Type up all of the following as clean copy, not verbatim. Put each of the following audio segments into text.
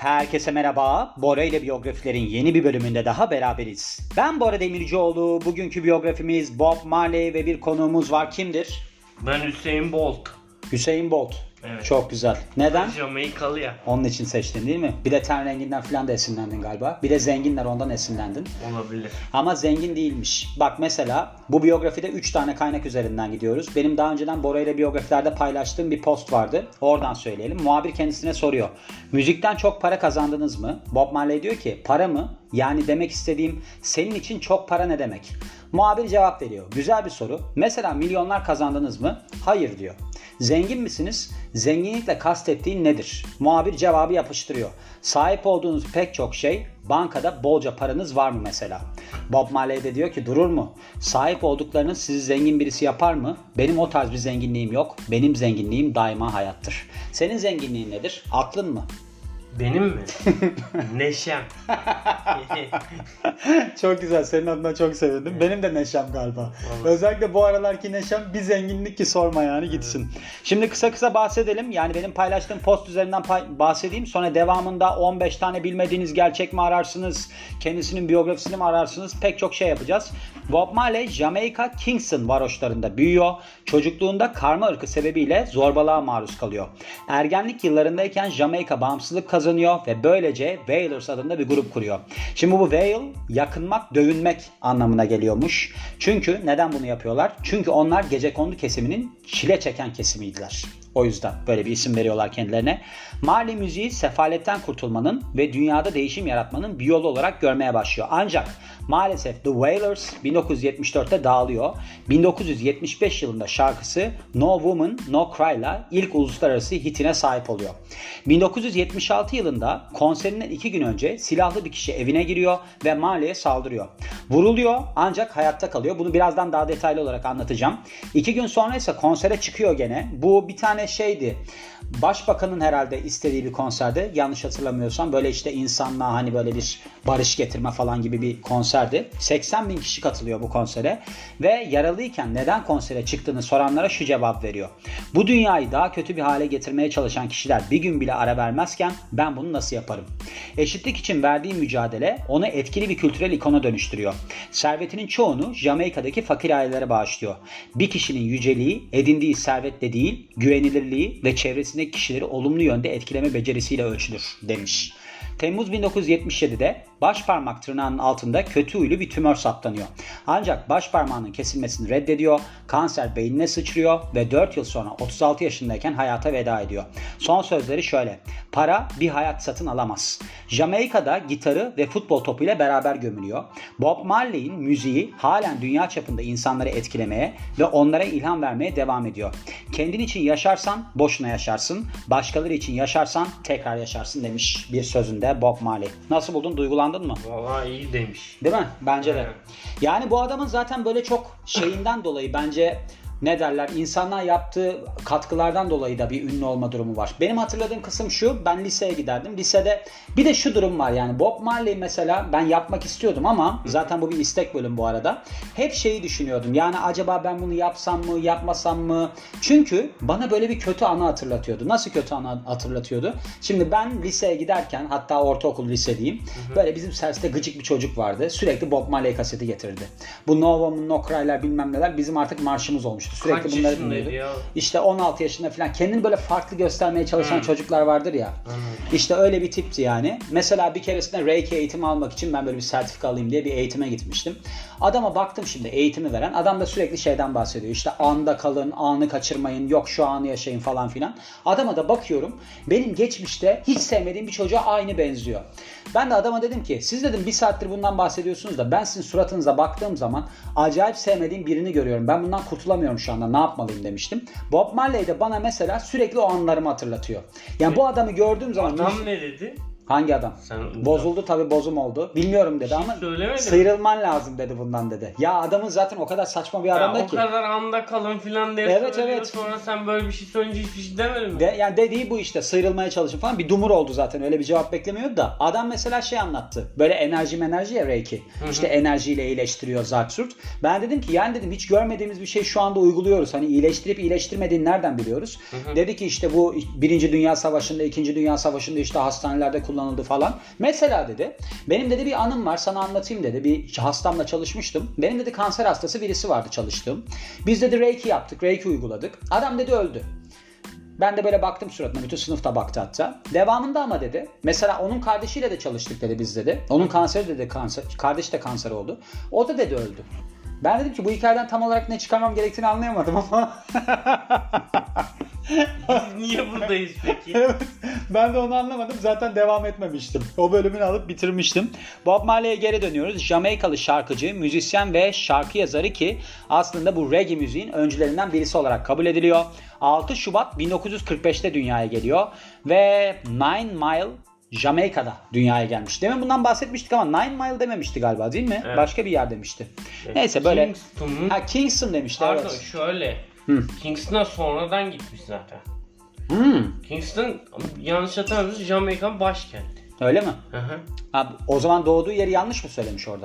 Herkese merhaba. Bora ile biyografilerin yeni bir bölümünde daha beraberiz. Ben Bora Demircioğlu. Bugünkü biyografimiz Bob Marley ve bir konuğumuz var. Kimdir? Ben Hüseyin Bolt. Hüseyin Bolt. Evet. Çok güzel. Neden? Jamaikalı ya. Onun için seçtin değil mi? Bir de ten renginden falan da esinlendin galiba. Bir de zenginler ondan esinlendin. Olabilir. Ama zengin değilmiş. Bak mesela bu biyografide 3 tane kaynak üzerinden gidiyoruz. Benim daha önceden Bora ile biyografilerde paylaştığım bir post vardı. Oradan söyleyelim. Muhabir kendisine soruyor. Müzikten çok para kazandınız mı? Bob Marley diyor ki para mı? Yani demek istediğim senin için çok para ne demek? Muhabir cevap veriyor. Güzel bir soru. Mesela milyonlar kazandınız mı? Hayır diyor. Zengin misiniz? Zenginlikle kastettiğin nedir? Muhabir cevabı yapıştırıyor. Sahip olduğunuz pek çok şey, bankada bolca paranız var mı mesela? Bob Marley de diyor ki durur mu? Sahip olduklarınız sizi zengin birisi yapar mı? Benim o tarz bir zenginliğim yok. Benim zenginliğim daima hayattır. Senin zenginliğin nedir? Aklın mı? Benim mi? Neşem. Çok güzel. Senin adına çok sevindim. Benim de neşem galiba. Vallahi. Özellikle bu aralarki neşem bir zenginlik ki sorma yani gitsin. Şimdi kısa bahsedelim. Yani benim paylaştığım post üzerinden bahsedeyim. Sonra devamında 15 tane bilmediğiniz gerçek mi ararsınız? Kendisinin biyografisini mi ararsınız? Pek çok şey yapacağız. Bob Marley Jamaika Kingston varoşlarında büyüyor. Çocukluğunda karma ırkı sebebiyle zorbalığa maruz kalıyor. Ergenlik yıllarındayken Jamaika bağımsızlık kazanıyor ve böylece Wailers adında bir grup kuruyor. Şimdi bu Wail yakınmak, dövünmek anlamına geliyormuş. Çünkü neden bunu yapıyorlar? Çünkü onlar gecekondu kesiminin çile çeken kesimiydiler. O yüzden böyle bir isim veriyorlar kendilerine. Marley müziği sefaletten kurtulmanın ve dünyada değişim yaratmanın bir yolu olarak görmeye başlıyor. Ancak maalesef The Wailers 1974'te dağılıyor. 1975 yılında şarkısı No Woman No Cry'la ilk uluslararası hitine sahip oluyor. 1976 yılında konserinden 2 gün önce silahlı bir kişi evine giriyor ve Marley'e saldırıyor. Vuruluyor ancak hayatta kalıyor. Bunu birazdan daha detaylı olarak anlatacağım. 2 gün sonra ise konsere çıkıyor gene. Bu bir tane şeydi. Başbakanın herhalde istediği bir konserde, yanlış hatırlamıyorsam, böyle işte insanlığa hani böyle bir barış getirme falan gibi bir konserdi. 80 bin kişi katılıyor bu konsere ve yaralıyken neden konsere çıktığını soranlara şu cevap veriyor. Bu dünyayı daha kötü bir hale getirmeye çalışan kişiler bir gün bile ara vermezken ben bunu nasıl yaparım? Eşitlik için verdiği mücadele onu etkili bir kültürel ikona dönüştürüyor. Servetinin çoğunu Jamaika'daki fakir ailelere bağışlıyor. Bir kişinin yüceliği edindiği servetle değil, güvenilirliği ve çevresindeki kişileri olumlu yönde etkileme becerisiyle ölçülür demiş. Temmuz 1977'de baş parmak tırnağının altında kötü huylu bir tümör saptanıyor. Ancak baş parmağının kesilmesini reddediyor, kanser beynine sıçrıyor ve 4 yıl sonra 36 yaşındayken hayata veda ediyor. Son sözleri şöyle: para bir hayat satın alamaz. Jamaika'da gitarı ve futbol topuyla beraber gömülüyor. Bob Marley'in müziği halen dünya çapında insanları etkilemeye ve onlara ilham vermeye devam ediyor. Kendin için yaşarsan boşuna yaşarsın, başkaları için yaşarsan tekrar yaşarsın demiş bir sözünde Bob Marley. Nasıl buldun? Duygulandın mı? Vallahi iyi demiş. Değil mi? Bence de. Yani bu adamın zaten böyle çok şeyinden dolayı bence ne derler, insanlığa yaptığı katkılardan dolayı da bir ünlü olma durumu var. Benim hatırladığım kısım şu: ben liseye giderdim. Lisede bir de şu durum var, yani Bob Marley mesela ben yapmak istiyordum ama zaten bu bir istek bölüm bu arada. Hep şeyi düşünüyordum, yani acaba ben bunu yapsam mı yapmasam mı? Çünkü bana böyle bir kötü anı hatırlatıyordu. Nasıl kötü anı hatırlatıyordu? Şimdi ben liseye giderken, hatta ortaokul lise diyeyim, böyle bizim serviste gıcık bir çocuk vardı. Sürekli Bob Marley kaseti getirirdi. Bu No Woman No Cry'ler bilmem neler bizim artık marşımız olmuştu. Sürekli kaç bunları dinliyordu. İşte 16 yaşında falan kendini böyle farklı göstermeye çalışan çocuklar vardır ya. İşte öyle bir tipti yani. Mesela bir keresinde Reiki eğitimi almak için ben böyle bir sertifika alayım diye bir eğitime gitmiştim. Adama baktım, şimdi eğitimi veren adam da sürekli şeyden bahsediyor. İşte anda kalın, anı kaçırmayın, yok şu anı yaşayın falan filan. Adama da bakıyorum, benim geçmişte hiç sevmediğim bir çocuğa aynı benziyor. Ben de adama dedim ki siz dedim bir saattir bundan bahsediyorsunuz da ben sizin suratınıza baktığım zaman acayip sevmediğim birini görüyorum. Ben bundan kurtulamıyorum şu anda, ne yapmalıyım demiştim. Bob Marley de bana mesela sürekli o anılarımı hatırlatıyor. Yani bu adamı gördüğüm zaman... Adam ne dedi? Hangi adam? Bozuldu tabii, bozum oldu. Bilmiyorum dedi ama sıyrılman lazım dedi bundan dedi. Ya adamın zaten o kadar saçma bir adam ki. O kadar anda kalın filan diye söylüyor. Sonra sen böyle bir şey söyleyince hiçbir şey demedin mi? Yani dediği bu işte, sıyrılmaya çalışın falan. Bir dumur oldu zaten, öyle bir cevap beklemiyordu da. Adam mesela şey anlattı. Böyle enerji ya Reiki. İşte enerjiyle iyileştiriyor zaksurt. Ben dedim ki yani dedim hiç görmediğimiz bir şey şu anda uyguluyoruz. Hani iyileştirip iyileştirmediğini nereden biliyoruz? Dedi ki işte bu 1. Dünya Savaşı'nda, 2. Dünya Savaşı'nda işte hastanelerde kullanıldı falan. Mesela dedi benim dedi bir anım var sana anlatayım dedi. Bir hastamla çalışmıştım. Benim dedi kanser hastası birisi vardı çalıştığım. Biz dedi Reiki yaptık. Reiki uyguladık. Adam dedi öldü. Ben de böyle baktım suratına. Bütün sınıf da baktı hatta. Devamında ama dedi. Mesela onun kardeşiyle de çalıştık dedi biz dedi. Onun kanseri dedi kardeşi de kanser oldu. O da dedi öldü. Ben dedim ki bu hikayeden tam olarak ne çıkarmam gerektiğini anlayamadım ama. Biz niye buradayız peki? Evet, ben de onu anlamadım. Zaten devam etmemiştim. O bölümünü alıp bitirmiştim. Bob Marley'e geri dönüyoruz. Jamaikalı şarkıcı, müzisyen ve şarkı yazarı ki aslında bu reggae müziğin öncülerinden birisi olarak kabul ediliyor. 6 Şubat 1945'te dünyaya geliyor ve Nine Mile Jamaika'da dünyaya gelmiş. Demin bundan bahsetmiştik ama Nine Mile dememişti galiba değil mi? Evet. Başka bir yer demişti. Evet. Neyse böyle. Kingston demişti. Pardon evet. Şöyle. Kingston'a sonradan gitmiş zaten. Kingston yanlış hatırlamıyorsam Jamaika'nın başkenti. Öyle mi? Hı. Abi, o zaman doğduğu yeri yanlış mı söylemiş orada?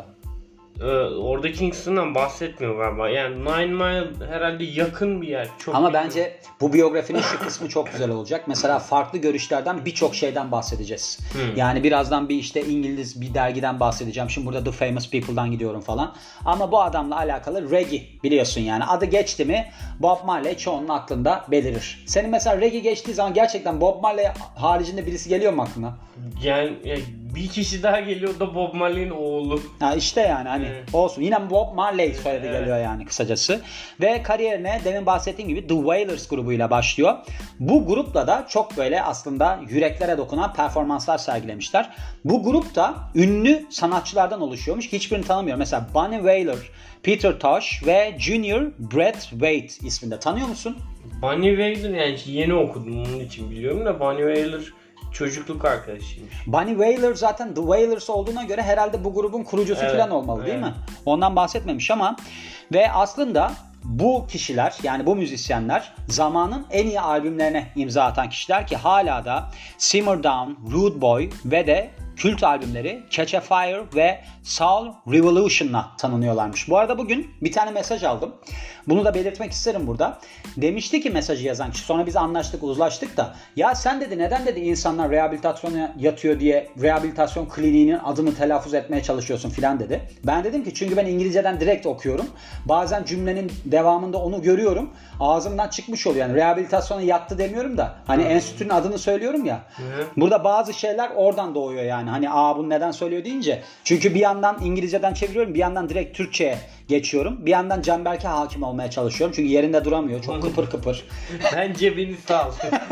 Orada Kingston'dan bahsetmiyor galiba. Yani Nine Mile herhalde yakın bir yer. Çok ama bilmiyorum. bence bu biyografinin şu kısmı çok güzel olacak. Mesela farklı görüşlerden birçok şeyden bahsedeceğiz. Yani birazdan bir işte İngiliz bir dergiden bahsedeceğim. Şimdi burada The Famous People'dan gidiyorum falan. Ama bu adamla alakalı reggae biliyorsun yani. Adı geçti mi Bob Marley çoğunun aklında belirir. Senin mesela reggae geçtiği zaman gerçekten Bob Marley haricinde birisi geliyor mu aklına? Yani bir kişi daha geliyor da Bob Marley'in oğlu. Ha işte yani hani olsun. Yine Bob Marley soyadı geliyor yani kısacası. Ve kariyerine demin bahsettiğim gibi The Wailers grubuyla başlıyor. Bu grupla da çok böyle aslında yüreklere dokunan performanslar sergilemişler. Bu grup da ünlü sanatçılardan oluşuyormuş. Hiçbirini tanımıyorum. Mesela Bunny Wailer, Peter Tosh ve Junior Brett Wade isminde. Tanıyor musun? Bunny Wailer yani yeni okudum onun için biliyorum da Bunny Wailer çocukluk arkadaşıymış. Bunny Wailer zaten The Wailers olduğuna göre herhalde bu grubun kurucusu falan olmalı değil mi? Ondan bahsetmemiş ama ve aslında bu kişiler yani bu müzisyenler zamanın en iyi albümlerine imza atan kişiler ki hala da Simmer Down, Rude Boy ve de kült albümleri Catch a Fire ve Soul Revolution'la tanınıyorlarmış. Bu arada bugün bir tane mesaj aldım. Bunu da belirtmek isterim burada. Demişti ki mesajı yazan kişi sonra biz anlaştık uzlaştık da ya sen dedi neden dedi insanlar rehabilitasyona yatıyor diye rehabilitasyon kliniğinin adını telaffuz etmeye çalışıyorsun filan dedi. Ben dedim ki çünkü ben İngilizceden direkt okuyorum. Bazen cümlenin devamında onu görüyorum. Ağzımdan çıkmış oluyor. Yani rehabilitasyona yattı demiyorum da hani enstitünün adını söylüyorum ya. Burada bazı şeyler oradan doğuyor yani. Hani bunu neden söylüyor deyince. Çünkü bir yandan İngilizceden çeviriyorum. Bir yandan direkt Türkçe'ye geçiyorum. Bir yandan Canberk'e hakim olmaya çalışıyorum. Çünkü yerinde duramıyor. Çok kıpır kıpır. Bence beni sal.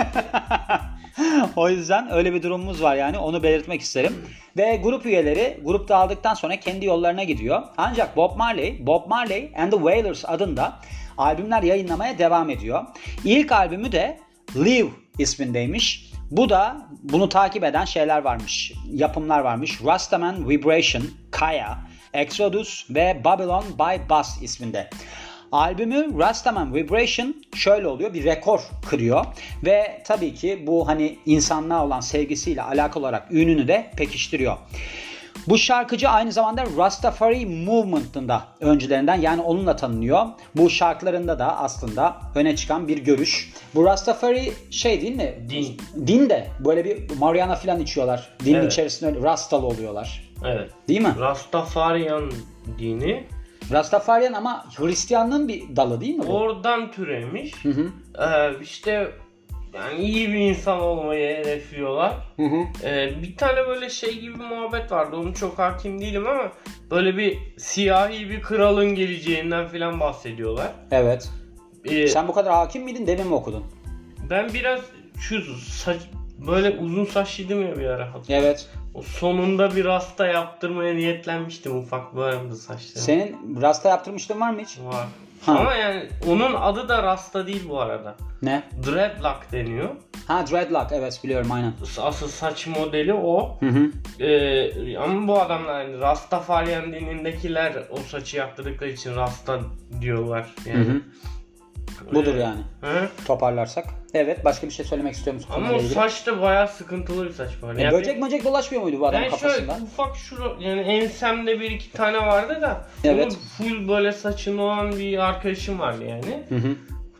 O yüzden öyle bir durumumuz var yani. Onu belirtmek isterim. Ve grup üyeleri grup dağıldıktan sonra kendi yollarına gidiyor. Ancak Bob Marley and the Wailers adında albümler yayınlamaya devam ediyor. İlk albümü de Live ismindeymiş. Bu da bunu takip eden şeyler varmış. Yapımlar varmış. Rastaman Vibration, Kaya, Exodus ve Babylon by Bus isminde. Albümü Rastaman Vibration şöyle oluyor. Bir rekor kırıyor. Ve tabii ki bu hani insanlığa olan sevgisiyle alakalı olarak ününü de pekiştiriyor. Bu şarkıcı aynı zamanda Rastafari Movement'ın da öncülerinden yani onunla tanınıyor. Bu şarkılarında da aslında öne çıkan bir görüş. Bu Rastafari şey değil mi? Din de böyle bir Mariana falan içiyorlar. Dinin içerisinde öyle Rastalı oluyorlar. Evet. Değil mi? Rastafarian dini. Rastafarian ama Hristiyanlığın bir dalı değil mi bu? Oradan türemiş. İşte yani iyi bir insan olmayı hedefliyorlar. Bir tane böyle şey gibi bir muhabbet vardı. Onu çok hakim değilim ama böyle bir siyahi bir kralın geleceğinden falan bahsediyorlar. Evet. Sen bu kadar hakim miydin? Demin mi okudun? Ben biraz böyle uzun saçlıydım ya bir ara. Evet. O sonunda bir rasta yaptırmaya niyetlenmiştim ufak böyle saçlarım. Senin rasta yaptırmıştın var mı hiç? Var. Ama yani onun adı da rasta değil bu arada. Ne? Dreadlock deniyor. Ha dreadlock evet biliyorum aynen. Asıl saç modeli o. Ama bu adamlar yani Rastafarian dinindekiler o saçı yaptırdıkları için rasta diyorlar yani. Budur yani. Toparlarsak. Evet başka bir şey söylemek istiyor musun? Ama o saç da bayağı sıkıntılı bir saç var. Yani böcek dolaşmıyor muydu bu adamın kafasında? Şöyle ufak yani ensemde bir iki tane vardı da full böyle saçın olan bir arkadaşım vardı yani.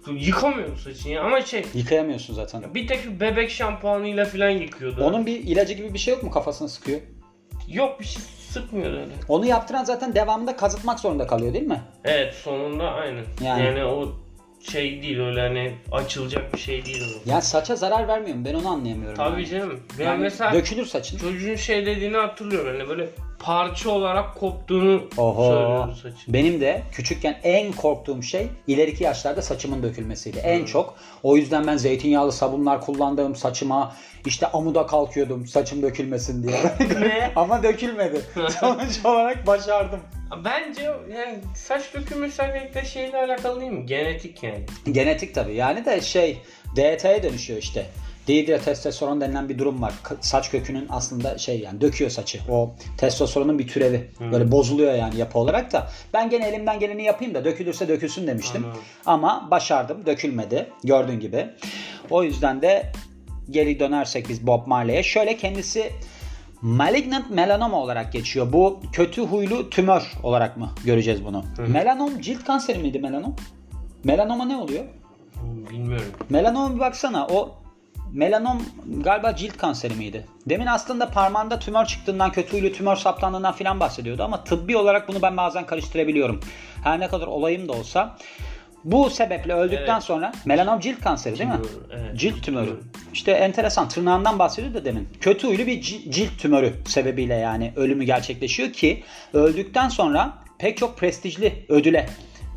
Yıkamıyorum saçını ama Yıkayamıyorsun zaten. bir tek bebek şampuanıyla falan yıkıyordu. Onun bir ilacı gibi bir şey yok mu, kafasını sıkıyor? Yok, bir şey sıkmıyor öyle. Onu yaptıran zaten devamında kazıtmak zorunda kalıyor değil mi? Evet, sonunda aynen. Yani o değil öyle, hani açılacak bir şey değil o. Ya saça zarar vermiyor mu? Ben onu anlayamıyorum. Tabii canım. Yani mesela dökülür saçın. Çocuğun dediğini hatırlıyorum. Hani böyle parça olarak koptuğunu söylüyordu saçın. Benim de küçükken en korktuğum şey ileriki yaşlarda saçımın dökülmesiydi. En çok. O yüzden ben zeytinyağlı sabunlar kullandım saçıma. İşte amuda kalkıyordum saçım dökülmesin diye. Ne? Ama dökülmedi. Sonuç olarak başardım. Bence yani saç dökülmesi özellikle şeyle alakalı değil mi? Genetik yani. Genetik tabii. Yani de DHT'ye dönüşüyor işte. Dihidrotestosteron denilen bir durum var. Saç kökünün aslında yani döküyor saçı. O testosteronun bir türevi. Böyle bozuluyor yani yapı olarak da. Ben gene elimden geleni yapayım da dökülürse dökülsün demiştim. Ama başardım. Dökülmedi. Gördüğün gibi. O yüzden de geri dönersek biz Bob Marley'e. Şöyle, kendisi malignant melanoma olarak geçiyor. Bu kötü huylu tümör olarak mı göreceğiz bunu? Melanom cilt kanseri miydi melanom? Melanoma ne oluyor? Bilmiyorum. Melanoma bir baksana. O melanom galiba cilt kanseri miydi? Demin aslında parmağında tümör çıktığından, kötü huylu tümör saptandığından filan bahsediyordu ama tıbbi olarak bunu ben bazen karıştırabiliyorum. Her ne kadar olayım da olsa. Bu sebeple öldükten sonra melanom cilt kanseri değil mi? Evet. Cilt tümörü. İşte enteresan, tırnağından bahsediyordu da demin. Kötü huylu bir cilt tümörü sebebiyle yani ölümü gerçekleşiyor ki öldükten sonra pek çok prestijli ödüle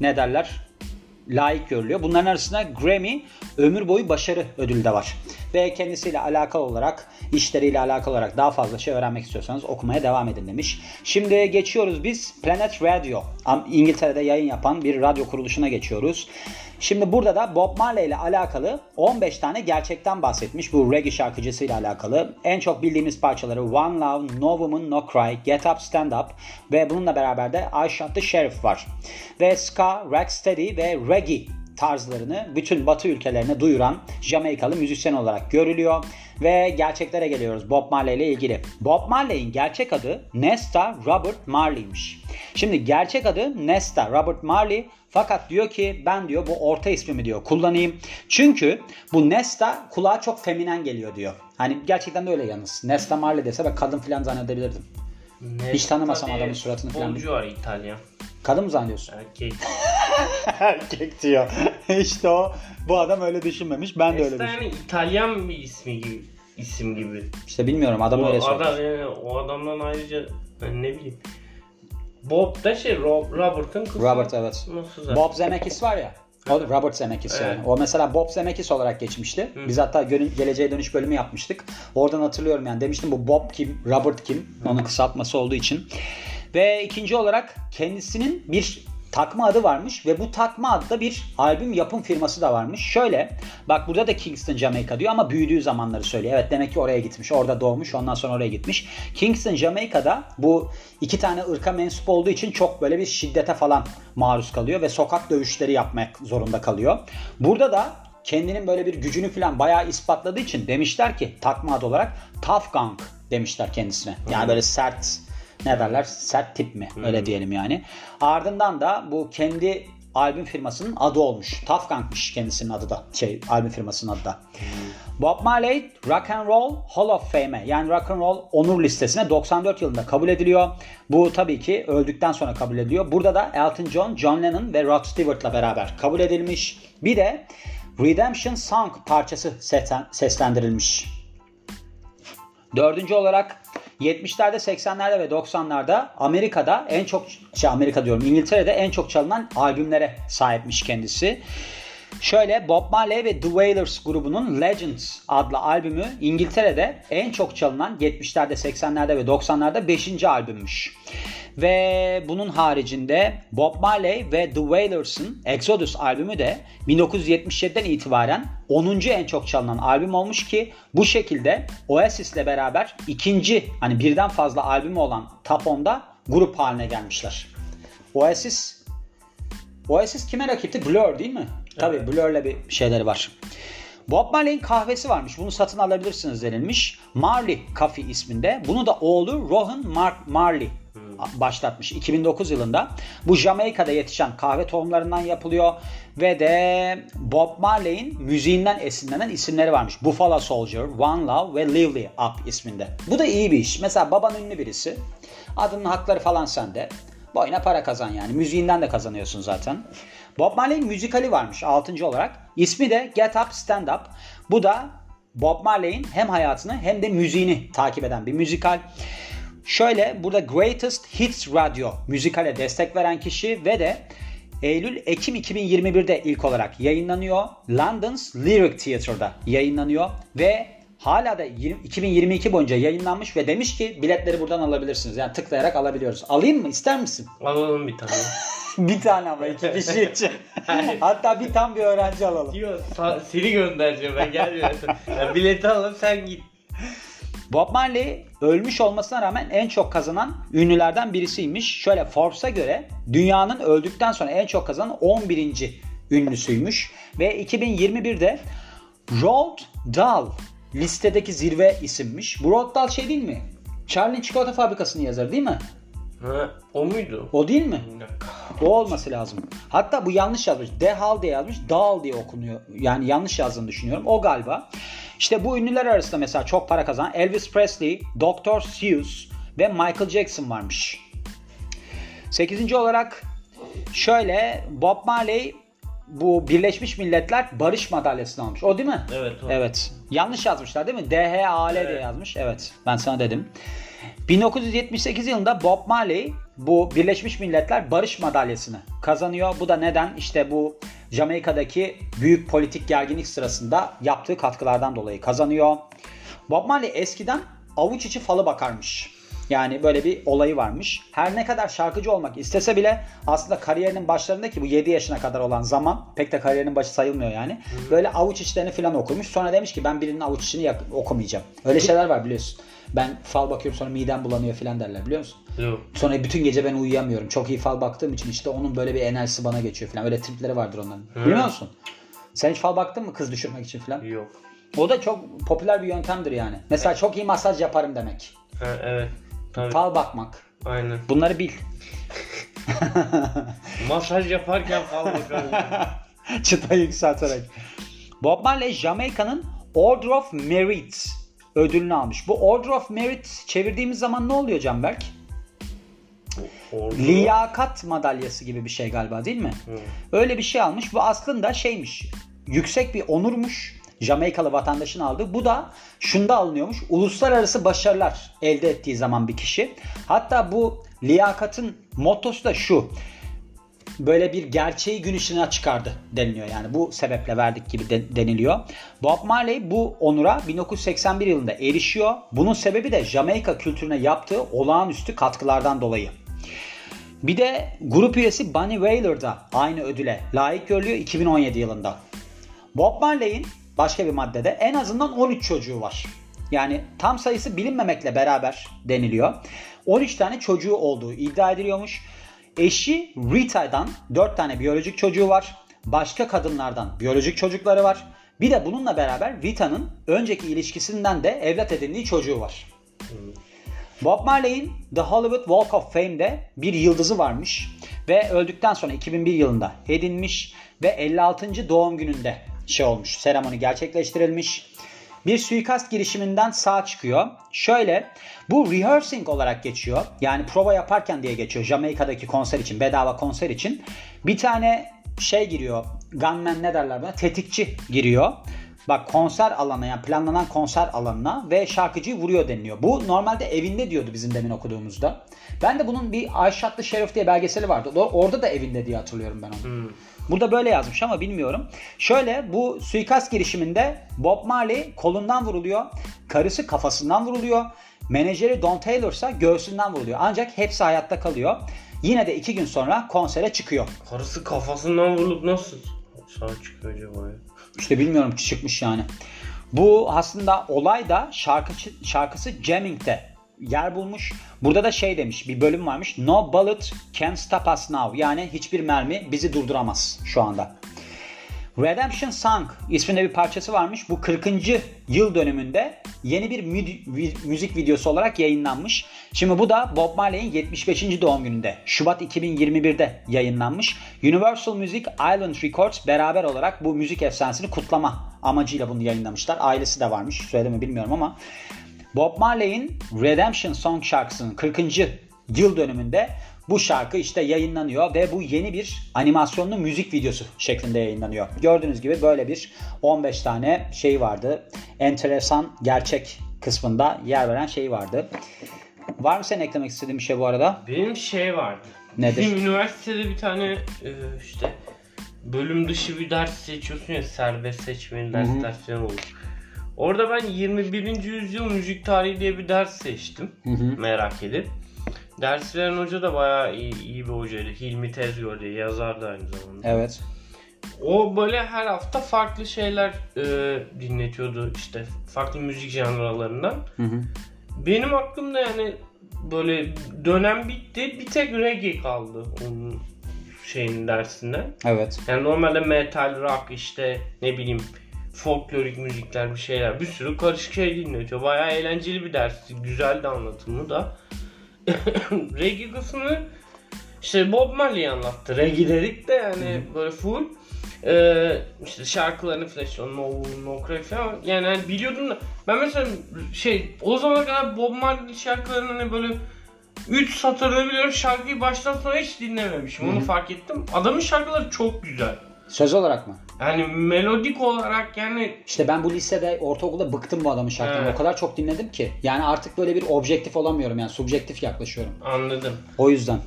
layık görülüyor. Bunların arasında Grammy ömür boyu başarı ödülü de var. Ve kendisiyle alakalı olarak, işleriyle alakalı olarak daha fazla şey öğrenmek istiyorsanız okumaya devam edin demiş. Şimdi geçiyoruz biz Planet Radio. İngiltere'de yayın yapan bir radyo kuruluşuna geçiyoruz. Şimdi burada da Bob Marley ile alakalı 15 tane gerçekten bahsetmiş. Bu reggae şarkıcısıyla alakalı. En çok bildiğimiz parçaları One Love, No Woman, No Cry, Get Up, Stand Up ve bununla beraber de I Shot the Sheriff var. Ve ska, rocksteady ve reggae tarzlarını bütün Batı ülkelerine duyuran Jamaikalı müzisyen olarak görülüyor. Ve gerçeklere geliyoruz Bob Marley ile ilgili. Bob Marley'in gerçek adı Nesta Robert Marley'miş. Şimdi gerçek adı Nesta Robert Marley, fakat diyor ki ben diyor bu orta ismimi diyor kullanayım. Çünkü bu Nesta kulağa çok feminen geliyor diyor. Hani gerçekten de öyle yalnız. Nesta Marley dese ben kadın falan zannedebilirdim. Hiç tanımasam adamın suratını falan. Bolcu var İtalyan. Kadın mı zannediyorsun? Erkek. Erkek diyor. İşte bu adam öyle düşünmemiş. Ben de öyle düşünüyorum. Yani İtalyan bir isim gibi. İşte bilmiyorum, adam öyle söylüyor. O adamdan ayrıca ben ne bileyim. Bob da Robert'ın kızı. Robert, evet. Bob Zemeckis var ya. O Robert Zemeckis yani. O mesela Bob Zemeckis olarak geçmişti. Biz hatta Geleceğe Dönüş bölümü yapmıştık. Oradan hatırlıyorum yani. Demiştim bu Bob kim, Robert kim? Onun kısaltması olduğu için. Ve ikinci olarak kendisinin bir takma adı varmış ve bu takma adda bir albüm yapım firması da varmış. Şöyle, bak burada da Kingston, Jamaica diyor ama büyüdüğü zamanları söylüyor. Evet, demek ki oraya gitmiş. Orada doğmuş, ondan sonra oraya gitmiş. Kingston, Jamaica'da bu iki tane ırka mensup olduğu için çok böyle bir şiddete falan maruz kalıyor ve sokak dövüşleri yapmak zorunda kalıyor. Burada da kendinin böyle bir gücünü falan bayağı ispatladığı için demişler ki takma adı olarak Tough Gang demişler kendisine. Yani böyle sert, sert tip mi? Öyle diyelim yani. Ardından da bu kendi albüm firmasının adı olmuş. Tough Gang'mış kendisinin adı da. Albüm firmasının adı da. Bob Marley Rock and Roll Hall of Fame'e, yani Rock and Roll onur listesine 94 yılında kabul ediliyor. Bu tabii ki öldükten sonra kabul ediliyor. Burada da Elton John, John Lennon ve Rod Stewart'la beraber kabul edilmiş. Bir de Redemption Song parçası seslendirilmiş. Dördüncü olarak 70'lerde, 80'lerde ve 90'larda Amerika'da en çok İngiltere'de en çok çalınan albümlere sahipmiş kendisi. Şöyle, Bob Marley ve The Wailers grubunun Legends adlı albümü İngiltere'de en çok çalınan 70'lerde, 80'lerde ve 90'larda 5. albümmüş. Ve bunun haricinde Bob Marley ve The Wailers'ın Exodus albümü de 1977'den itibaren 10. en çok çalınan albüm olmuş ki bu şekilde Oasis'le beraber ikinci, hani birden fazla albümü olan Top 10'da grup haline gelmişler. Oasis kime rakipti? Blur değil mi? Evet. Tabii Blur'le bir şeyleri var. Bob Marley'in kahvesi varmış. Bunu satın alabilirsiniz denilmiş. Marley Coffee isminde. Bunu da oğlu Rohan Marley başlatmış 2009 yılında. Bu Jamaika'da yetişen kahve tohumlarından yapılıyor Ve de Bob Marley'in müziğinden esinlenen isimleri varmış. Buffalo Soldier, One Love ve Live Up isminde. Bu da iyi bir iş. Mesela baban ünlü birisi. Adının hakları falan sende. Boyuna para kazan yani. Müziğinden de kazanıyorsun zaten. Bob Marley'in müzikali varmış 6. olarak. İsmi de Get Up Stand Up. Bu da Bob Marley'in hem hayatını hem de müziğini takip eden bir müzikal. Şöyle burada Greatest Hits Radio müzikale destek veren kişi ve de Eylül-Ekim 2021'de ilk olarak yayınlanıyor. London's Lyric Theatre'da yayınlanıyor ve hala da 2022 boyunca yayınlanmış ve demiş ki biletleri buradan alabilirsiniz. Yani tıklayarak alabiliyoruz. Alayım mı? İster misin? Alalım bir tane. Bir tane ama 2 kişi için. Hatta tam bir öğrenci alalım. Yok, seni göndereceğim ben gelmiyorum. Yani bileti alıp sen git. Bob Marley ölmüş olmasına rağmen en çok kazanan ünlülerden birisiymiş. Şöyle Forbes'a göre dünyanın öldükten sonra en çok kazanan 11. ünlüsüymüş. Ve 2021'de Roald Dahl listedeki zirve isimmiş. Bu Roald Dahl şey değil mi? Charlie'nin Çikolata Fabrikası'nı yazar değil mi? Ha, o muydu? O değil mi? O olması lazım. Hatta bu yanlış yazmış. Dehal diye yazmış. Dahl diye okunuyor. Yani yanlış yazdığını düşünüyorum. O galiba. İşte bu ünlüler arasında mesela çok para kazanan Elvis Presley, Dr. Seuss ve Michael Jackson varmış. 8. olarak şöyle Bob Marley bu Birleşmiş Milletler Barış Madalyası'nı almış. O değil mi? Evet. O. Evet. Yanlış yazmışlar değil mi? DHAL diye yazmış. Evet. Ben sana dedim. 1978 yılında Bob Marley bu Birleşmiş Milletler Barış Madalyası'nı kazanıyor. Bu da neden? İşte bu Jamaika'daki büyük politik gerginlik sırasında yaptığı katkılardan dolayı kazanıyor. Bob Marley eskiden avuç içi falı bakarmış. Yani böyle bir olayı varmış. Her ne kadar şarkıcı olmak istese bile aslında kariyerinin başlarında ki bu 7 yaşına kadar olan zaman pek de kariyerinin başı sayılmıyor yani. Böyle avuç içlerini falan okumuş. Sonra demiş ki ben birinin avuç içini okumayacağım. Öyle şeyler var biliyorsun. Ben fal bakıyorum sonra midem bulanıyor falan derler biliyor musun? Yok. Sonra bütün gece ben uyuyamıyorum. Çok iyi fal baktığım için işte onun böyle bir enerjisi bana geçiyor falan. Öyle tripleri vardır onların. Biliyor musun? Sen hiç fal baktın mı kız düşürmek için falan? Yok. O da çok popüler bir yöntemdir yani. Mesela çok iyi masaj yaparım demek. Ha, evet. Tabii. Fal bakmak. Aynen. Bunları bil. Masaj yaparken fal bakarım. Çıtayı yükselterek. Bob Marley Jamaika'nın Order of Merit ödülünü almış. Bu Order of Merit çevirdiğimiz zaman ne oluyor Canberk? Liyakat madalyası gibi bir şey galiba değil mi? Öyle bir şey almış. Bu aslında şeymiş. Yüksek bir onurmuş. Jamaikalı vatandaşın aldığı. Bu da şunda alınıyormuş. Uluslararası başarılar elde ettiği zaman bir kişi. Hatta bu liyakatın mottosu da şu. Böyle bir gerçeği gün ışığına çıkardı deniliyor. Yani bu sebeple verdik gibi deniliyor. Bob Marley bu onura 1981 yılında erişiyor. Bunun sebebi de Jamaika kültürüne yaptığı olağanüstü katkılardan dolayı. Bir de grup üyesi Bunny Wailer da aynı ödüle layık görülüyor 2017 yılında. Bob Marley'in başka bir maddede en azından 13 çocuğu var. Yani tam sayısı bilinmemekle beraber deniliyor. 13 tane çocuğu olduğu iddia ediliyormuş. Eşi Rita'dan 4 tane biyolojik çocuğu var. Başka kadınlardan biyolojik çocukları var. Bir de bununla beraber Rita'nın önceki ilişkisinden de evlat edindiği çocuğu var. Bob Marley'in The Hollywood Walk of Fame'de bir yıldızı varmış. Ve öldükten sonra 2001 yılında edinmiş ve 56. doğum gününde seremoni gerçekleştirilmiş. Bir suikast girişiminden sağ çıkıyor. Şöyle bu rehearsing olarak geçiyor. Yani prova yaparken diye geçiyor. Jamaika'daki konser için, bedava konser için. Bir tane giriyor. Gunman ne derler buna? Tetikçi giriyor. Bak konser alanına yani planlanan konser alanına ve şarkıcıyı vuruyor deniliyor. Bu normalde evinde diyordu bizim demin okuduğumuzda. Ben de bunun bir I Shot the Sheriff diye belgeseli vardı. Orada da evinde diye hatırlıyorum ben onu. Burada böyle yazmış ama bilmiyorum. Şöyle bu suikast girişiminde Bob Marley kolundan vuruluyor. Karısı kafasından vuruluyor. Menajeri Don Taylor ise göğsünden vuruluyor. Ancak hepsi hayatta kalıyor. Yine de 2 gün sonra konsere çıkıyor. Karısı kafasından vurulup nasıl sağ çıkıyor acaba ya? İşte bilmiyorum ki çıkmış yani. Bu aslında olay da şarkısı Jamming'de yer bulmuş. Burada da demiş bir bölüm varmış. No bullet can stop us now. Yani hiçbir mermi bizi durduramaz şu anda. Redemption Song isminde bir parçası varmış. Bu 40. yıl dönümünde yeni bir müzik videosu olarak yayınlanmış. Şimdi bu da Bob Marley'in 75. doğum gününde Şubat 2021'de yayınlanmış. Universal Music Island Records beraber olarak bu müzik efsanesini kutlama amacıyla bunu yayınlamışlar. Ailesi de varmış. Söyledi mi bilmiyorum ama Bob Marley'in Redemption Song şarkısının 40. yıl dönümünde bu şarkı işte yayınlanıyor ve bu yeni bir animasyonlu müzik videosu şeklinde yayınlanıyor. Gördüğünüz gibi böyle bir 15 tane şey vardı. Enteresan gerçek kısmında yer veren şey vardı. Var mı senin eklemek istediğin bir şey bu arada? Benim şey vardı. Nedir? Bizim üniversitede bir tane işte bölüm dışı bir ders seçiyorsun ya, serbest seçmeli dersler falan olur. Orada ben 21. yüzyıl müzik tarihi diye bir ders seçtim. Merak edip. Ders veren hoca da bayağı iyi bir hocaydı. Hilmi Tezgör diye yazardı aynı zamanda. Evet. O böyle her hafta farklı şeyler dinletiyordu, işte farklı müzik janralarından. Benim aklımda yani böyle dönem bitti, bir tek reggae kaldı onun şeyin dersinden. Evet. Yani normalde metal, rock, işte ne bileyim folklorik müzikler, bir şeyler, bir sürü karışık şey dinletiyor. Bayağı eğlenceli bir dersti, güzeldi anlatımı da. Reggae kısmını işte Bob Marley anlattı. Reggae dedik de yani böyle full işte şarkılarını falan, işte No Cry falan, yani biliyordum da ben mesela o zamana kadar Bob Marley şarkılarını hani böyle 3 satırını biliyorum, şarkıyı baştan sona hiç dinlememişim. Onu fark ettim. Adamın şarkıları çok güzel. Söz olarak mı? Yani melodik olarak yani. İşte ben bu lisede, ortaokulda bıktım bu adamın şarkılarını. Evet. O kadar çok dinledim ki. Yani artık böyle bir objektif olamıyorum, yani subjektif yaklaşıyorum. Anladım. O yüzden.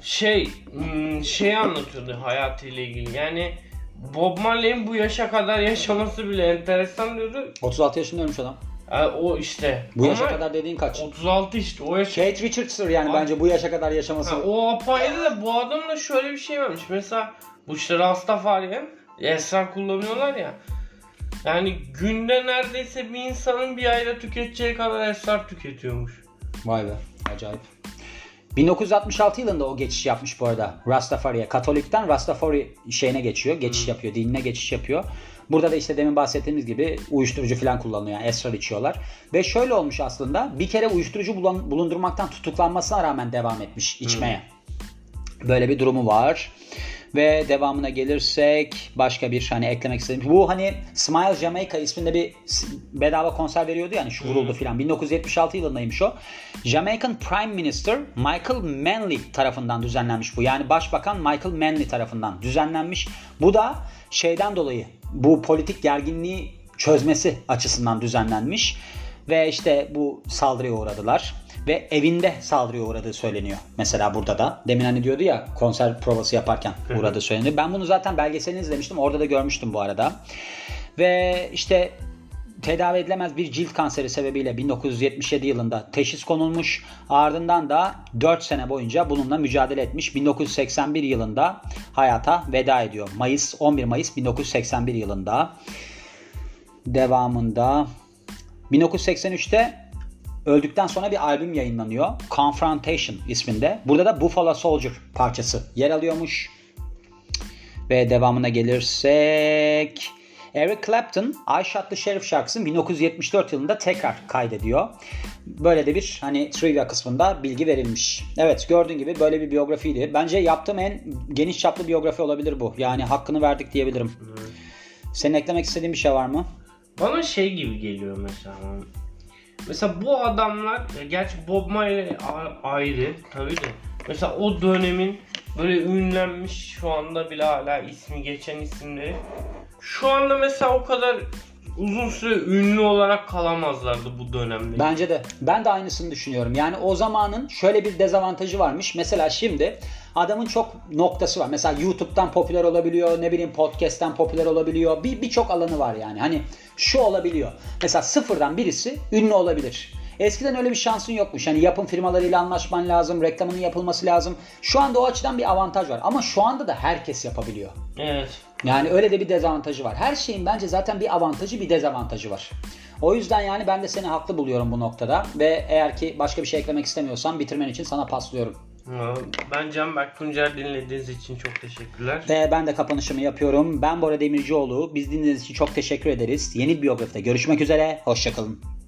Şey anlatıyordu hayatıyla ilgili. Yani Bob Marley'in bu yaşa kadar yaşaması bile enteresan diyordu. 36 yaşında ölmüş adam. O işte. Bu yaşa kadar dediğin kaç? 36 işte. O yaş. Kate Richards'tır yani bence bu yaşa kadar yaşaması. O apayrı da bu adamda şöyle bir şey varmış. Mesela bu işte Rastafari'ye esrar kullanıyorlar ya. Yani günde neredeyse bir insanın bir ayda tüketeceği kadar esrar tüketiyormuş. Vay be, acayip. 1966 yılında o geçiş yapmış bu arada Rastafari'ye. Katolikten Rastafari şeyine geçiyor, geçiş yapıyor, dinine geçiş yapıyor. Burada da işte demin bahsettiğimiz gibi uyuşturucu falan kullanılıyor, yani esrar içiyorlar. Ve şöyle olmuş aslında, bir kere uyuşturucu bulundurmaktan tutuklanmasına rağmen devam etmiş içmeye. Böyle bir durumu var. Ve devamına gelirsek başka bir hani eklemek istediğim. Bu hani Smile Jamaica isminde bir bedava konser veriyordu yani, şu vuruldu filan. 1976 yılındaymış o. Jamaican Prime Minister Michael Manley tarafından düzenlenmiş bu. Yani Başbakan Michael Manley tarafından düzenlenmiş. Bu da şeyden dolayı, bu politik gerginliği çözmesi açısından düzenlenmiş. Ve işte bu saldırıya uğradılar. Ve evinde saldırıya uğradığı söyleniyor. Mesela burada da. Demin hani diyordu ya, konser provası yaparken uğradığı söyleniyor. Ben bunu zaten belgeselini izlemiştim. Orada da görmüştüm bu arada. Ve işte tedavi edilemez bir cilt kanseri sebebiyle 1977 yılında teşhis konulmuş. Ardından da 4 sene boyunca bununla mücadele etmiş. 1981 yılında hayata veda ediyor. 11 Mayıs 1981 yılında. Devamında 1983'te öldükten sonra bir albüm yayınlanıyor. Confrontation isminde. Burada da Buffalo Soldier parçası yer alıyormuş. Ve devamına gelirsek Eric Clapton I Shot the Sheriff şarkısını 1974 yılında tekrar kaydediyor. Böyle de bir hani trivia kısmında bilgi verilmiş. Evet, gördüğün gibi böyle bir biyografiydi. Bence yaptığım en geniş çaplı biyografi olabilir bu. Yani hakkını verdik diyebilirim. Senin eklemek istediğin bir şey var mı? Bana şey gibi geliyor mesela. Mesela bu adamlar, gerçi Bob Marley ayrı tabii de. Mesela o dönemin böyle ünlenmiş, şu anda bile hala ismi geçen isimleri. Şu anda mesela o kadar uzun süre ünlü olarak kalamazlardı bu dönemde. Bence de. Ben de aynısını düşünüyorum. Yani o zamanın şöyle bir dezavantajı varmış. Mesela şimdi adamın çok noktası var. Mesela YouTube'dan popüler olabiliyor, ne bileyim podcast'ten popüler olabiliyor. Birçok alanı var yani. Hani şu olabiliyor. Mesela sıfırdan birisi ünlü olabilir. Eskiden öyle bir şansın yokmuş. Hani yapım firmalarıyla anlaşman lazım, reklamının yapılması lazım. Şu anda o açıdan bir avantaj var. Ama şu anda da herkes yapabiliyor. Evet. Yani öyle de bir dezavantajı var. Her şeyin bence zaten bir avantajı, bir dezavantajı var. O yüzden yani ben de seni haklı buluyorum bu noktada. Ve eğer ki başka bir şey eklemek istemiyorsan bitirmen için sana paslıyorum. Ben Canberk Tuncer, dinlediğiniz için çok teşekkürler. Ve ben de kapanışımı yapıyorum. Ben Bora Demircioğlu. Biz dinlediğiniz için çok teşekkür ederiz. Yeni bir biyografide görüşmek üzere. Hoşçakalın.